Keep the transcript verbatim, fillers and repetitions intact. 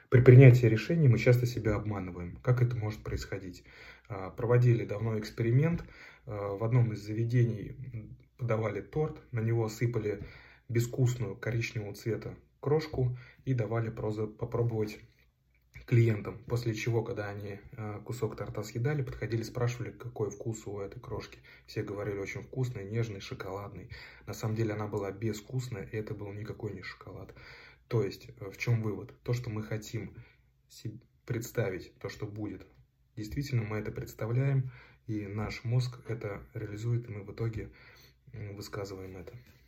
При принятии решений мы часто себя обманываем. Как это может происходить? Проводили давно эксперимент. В одном из заведений подавали торт, на него сыпали безвкусную коричневого цвета крошку и давали попробовать клиентам. После чего, когда они кусок торта съедали, подходили, спрашивали, какой вкус у этой крошки. Все говорили, очень вкусный, нежный, шоколадный. На самом деле она была безвкусная, и это был никакой не шоколад. То есть, в чем вывод? То, что мы хотим представить, то, что будет, действительно мы это представляем, и наш мозг это реализует, и мы в итоге высказываем это.